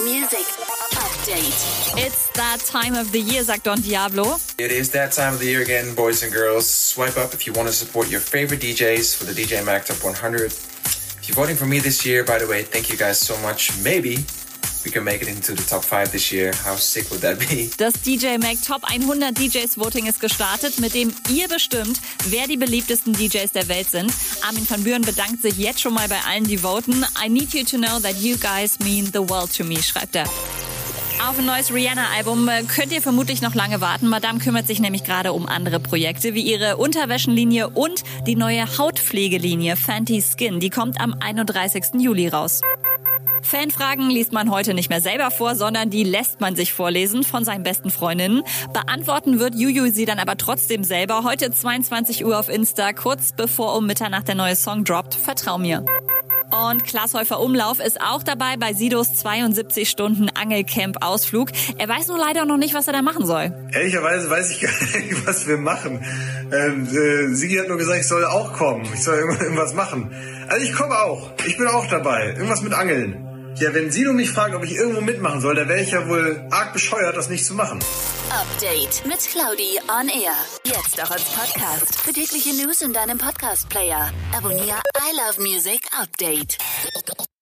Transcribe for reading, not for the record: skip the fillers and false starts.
Music Update. It's that time of the year, sagt Don Diablo. It is that time of the year again, boys and girls. Swipe up if you want to support your favorite DJs for the DJ Mag Top 100. If you're voting for me this year, by the way, thank you guys so much. Maybe we can make it into the top 5 this year. How sick would that be? Das DJ Mag Top 100 DJs Voting ist gestartet, mit dem ihr bestimmt, wer die beliebtesten DJs der Welt sind. Armin van Buuren bedankt sich jetzt schon mal bei allen, die voten. I need you to know that you guys mean the world to me, schreibt er. Auf ein neues Rihanna-Album könnt ihr vermutlich noch lange warten. Madame kümmert sich nämlich gerade um andere Projekte, wie ihre Unterwäschenlinie und die neue Hautpflegelinie Fenty Skin. Die kommt am 31. Juli raus. Fanfragen liest man heute nicht mehr selber vor, sondern die lässt man sich vorlesen von seinen besten Freundinnen. Beantworten wird Juju sie dann aber trotzdem selber. Heute 22 Uhr auf Insta, kurz bevor um Mitternacht der neue Song droppt. Vertrau mir. Und Klaas Häufer Umlauf ist auch dabei bei Sidos 72 Stunden Angelcamp-Ausflug. Er weiß nur leider noch nicht, was er da machen soll. Ehrlicherweise weiß ich gar nicht, was wir machen. Sigi hat nur gesagt, ich soll auch kommen. Ich soll irgendwas machen. Also ich komme auch. Ich bin auch dabei. Irgendwas mit Angeln. Ja, wenn Sido mich fragt, ob ich irgendwo mitmachen soll, dann wäre ich ja wohl arg bescheuert, das nicht zu machen. Update mit Claudi on Air. Jetzt auch als Podcast. Für tägliche News in deinem Podcast-Player. Abonniere I Love Music Update.